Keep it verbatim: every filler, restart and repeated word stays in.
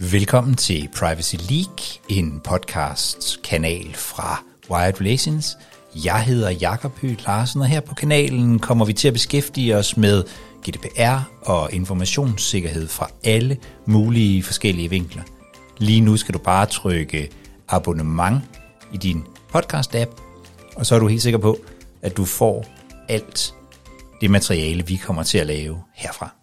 Velkommen til Privacy League, en podcast-kanal fra Wired Relations. Jeg hedder Jakob Høgh Larsen, og her på kanalen kommer vi til at beskæftige os med G D P R og informationssikkerhed fra alle mulige forskellige vinkler. Lige nu skal du bare trykke abonnement i din podcast-app, og så er du helt sikker på, at du får alt det materiale, vi kommer til at lave herfra.